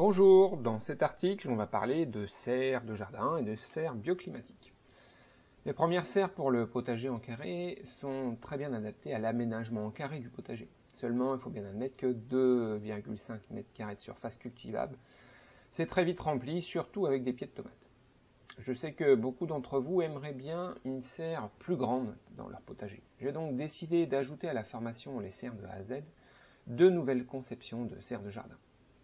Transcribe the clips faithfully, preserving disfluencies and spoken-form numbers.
Bonjour, dans cet article, on va parler de serres de jardin et de serres bioclimatiques. Les premières serres pour le potager en carré sont très bien adaptées à l'aménagement en carré du potager. Seulement, il faut bien admettre que deux virgule cinq mètres carrés de surface cultivable, c'est très vite rempli, surtout avec des pieds de tomates. Je sais que beaucoup d'entre vous aimeraient bien une serre plus grande dans leur potager. J'ai donc décidé d'ajouter à la formation Les serres de A à Z deux nouvelles conceptions de serres de jardin.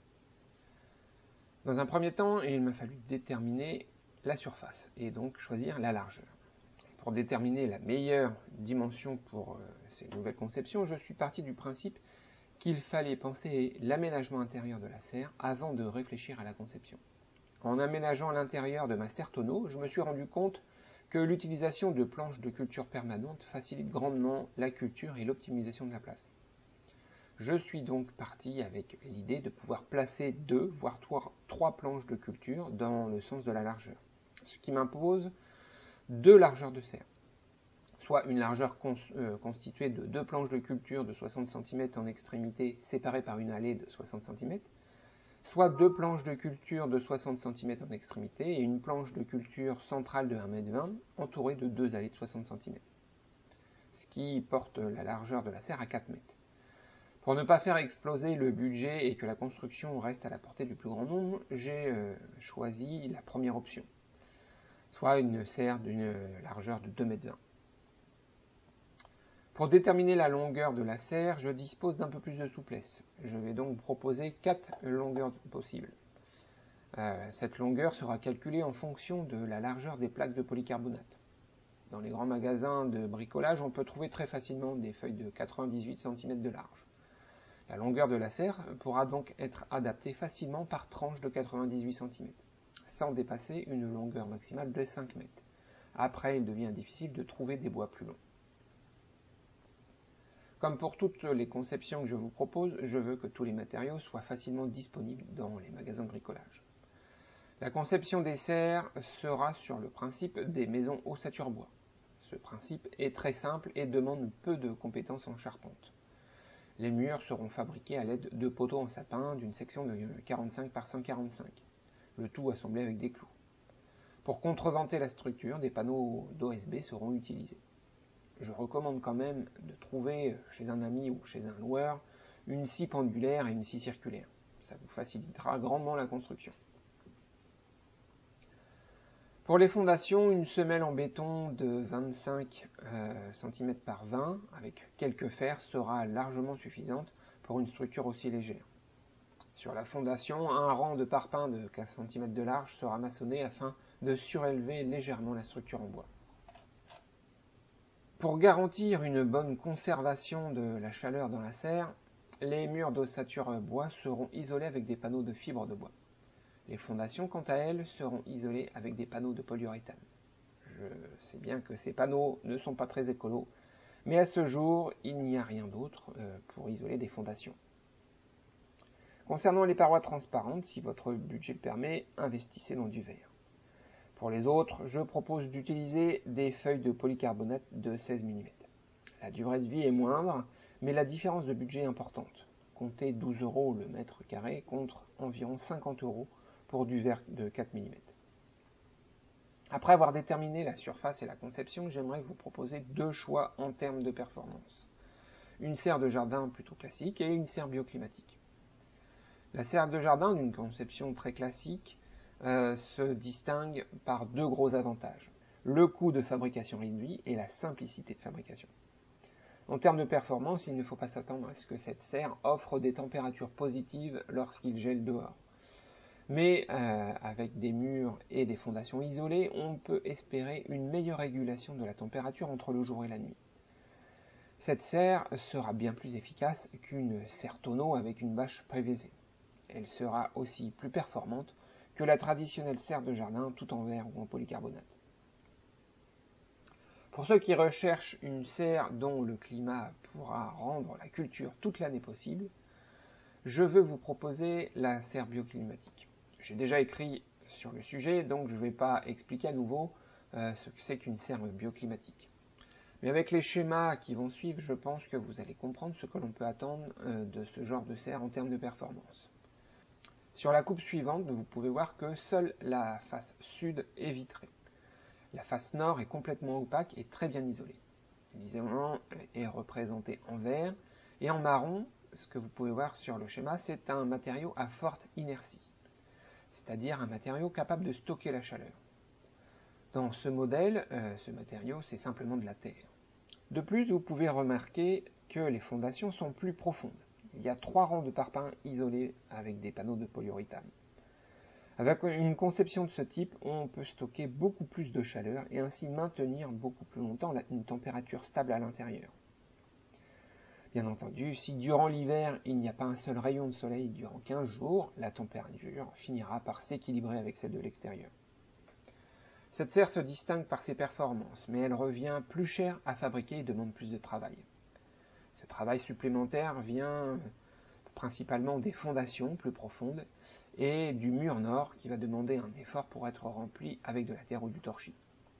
Dans un premier temps, il m'a fallu déterminer la surface et donc choisir la largeur. Pour déterminer la meilleure dimension pour euh, ces nouvelles conceptions, je suis parti du principe qu'il fallait penser l'aménagement intérieur de la serre avant de réfléchir à la conception. En aménageant l'intérieur de ma serre tonneau, je me suis rendu compte que l'utilisation de planches de culture permanente facilite grandement la culture et l'optimisation de la place. Je suis donc parti avec l'idée de pouvoir placer deux, voire trois, trois planches de culture dans le sens de la largeur, ce qui m'impose deux largeurs de serre, soit une largeur cons euh, constituée de deux planches de culture de soixante centimètres en extrémité séparées par une allée de soixante centimètres, soit deux planches de culture de soixante centimètres en extrémité et une planche de culture centrale de un mètre vingt entourée de deux allées de soixante centimètres, ce qui porte la largeur de la serre à quatre mètres. Pour ne pas faire exploser le budget et que la construction reste à la portée du plus grand nombre, j'ai euh, choisi la première option, soit une serre d'une largeur de deux mètres vingt. Pour déterminer la longueur de la serre, je dispose d'un peu plus de souplesse. Je vais donc proposer quatre longueurs possibles. Euh, cette longueur sera calculée en fonction de la largeur des plaques de polycarbonate. Dans les grands magasins de bricolage, on peut trouver très facilement des feuilles de quatre-vingt-dix-huit centimètres de large. La longueur de la serre pourra donc être adaptée facilement par tranche de quatre-vingt-dix-huit centimètres, sans dépasser une longueur maximale de cinq mètres. Après, il devient difficile de trouver des bois plus longs. Comme pour toutes les conceptions que je vous propose, je veux que tous les matériaux soient facilement disponibles dans les magasins de bricolage. La conception des serres sera sur le principe des maisons ossature bois. Ce principe est très simple et demande peu de compétences en charpente. Les murs seront fabriqués à l'aide de poteaux en sapin d'une section de quarante-cinq par cent quarante-cinq, le tout assemblé avec des clous. Pour contreventer la structure, des panneaux d'O S B seront utilisés. Je recommande quand même de trouver chez un ami ou chez un loueur une scie pendulaire et une scie circulaire. Ça vous facilitera grandement la construction. Pour les fondations, une semelle en béton de vingt-cinq centimètres par vingt avec quelques fers sera largement suffisante pour une structure aussi légère. Sur la fondation, un rang de parpaings de quinze centimètres de large sera maçonné afin de surélever légèrement la structure en bois. Pour garantir une bonne conservation de la chaleur dans la serre, les murs d'ossature bois seront isolés avec des panneaux de fibres de bois. Les fondations, quant à elles, seront isolées avec des panneaux de polyuréthane. Je sais bien que ces panneaux ne sont pas très écolos, mais à ce jour, il n'y a rien d'autre pour isoler des fondations. Concernant les parois transparentes, si votre budget le permet, investissez dans du verre. Pour les autres, je propose d'utiliser des feuilles de polycarbonate de seize millimètres. La durée de vie est moindre, mais la différence de budget est importante. Comptez douze euros le mètre carré contre environ cinquante euros pour du verre de quatre millimètres. Après avoir déterminé la surface et la conception, j'aimerais vous proposer deux choix en termes de performance. Une serre de jardin plutôt classique et une serre bioclimatique. La serre de jardin d'une conception très classique euh, se distingue par deux gros avantages. Le coût de fabrication réduit et la simplicité de fabrication. En termes de performance, il ne faut pas s'attendre à ce que cette serre offre des températures positives lorsqu'il gèle dehors. Mais euh, avec des murs et des fondations isolées, on peut espérer une meilleure régulation de la température entre le jour et la nuit. Cette serre sera bien plus efficace qu'une serre tonneau avec une bâche P V C. Elle sera aussi plus performante que la traditionnelle serre de jardin tout en verre ou en polycarbonate. Pour ceux qui recherchent une serre dont le climat pourra rendre la culture toute l'année possible, je veux vous proposer la serre bioclimatique. J'ai déjà écrit sur le sujet, donc je ne vais pas expliquer à nouveau euh, ce que c'est qu'une serre bioclimatique. Mais avec les schémas qui vont suivre, je pense que vous allez comprendre ce que l'on peut attendre euh, de ce genre de serre en termes de performance. Sur la coupe suivante, vous pouvez voir que seule la face sud est vitrée. La face nord est complètement opaque et très bien isolée. L'isolement est représenté en vert et en marron. Ce que vous pouvez voir sur le schéma, c'est un matériau à forte inertie, c'est-à-dire un matériau capable de stocker la chaleur. Dans ce modèle, euh, ce matériau, c'est simplement de la terre. De plus, vous pouvez remarquer que les fondations sont plus profondes. Il y a trois rangs de parpaings isolés avec des panneaux de polyuréthane. Avec une conception de ce type, on peut stocker beaucoup plus de chaleur et ainsi maintenir beaucoup plus longtemps une température stable à l'intérieur. Bien entendu, si durant l'hiver, il n'y a pas un seul rayon de soleil durant quinze jours, la température finira par s'équilibrer avec celle de l'extérieur. Cette serre se distingue par ses performances, mais elle revient plus cher à fabriquer et demande plus de travail. Ce travail supplémentaire vient principalement des fondations plus profondes et du mur nord qui va demander un effort pour être rempli avec de la terre ou du torchis.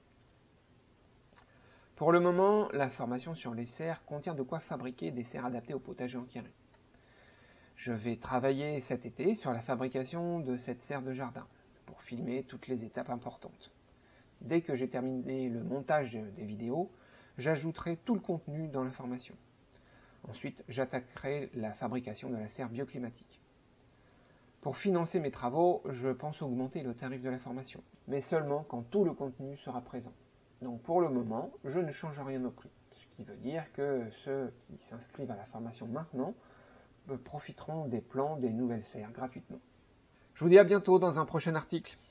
Pour le moment, la formation sur les serres contient de quoi fabriquer des serres adaptées au potager en carré. Je vais travailler cet été sur la fabrication de cette serre de jardin pour filmer toutes les étapes importantes. Dès que j'ai terminé le montage des vidéos, j'ajouterai tout le contenu dans la formation. Ensuite, j'attaquerai la fabrication de la serre bioclimatique. Pour financer mes travaux, je pense augmenter le tarif de la formation, mais seulement quand tout le contenu sera présent. Donc pour le moment, je ne change rien au prix, ce qui veut dire que ceux qui s'inscrivent à la formation maintenant profiteront des plans des nouvelles serres gratuitement. Je vous dis à bientôt dans un prochain article.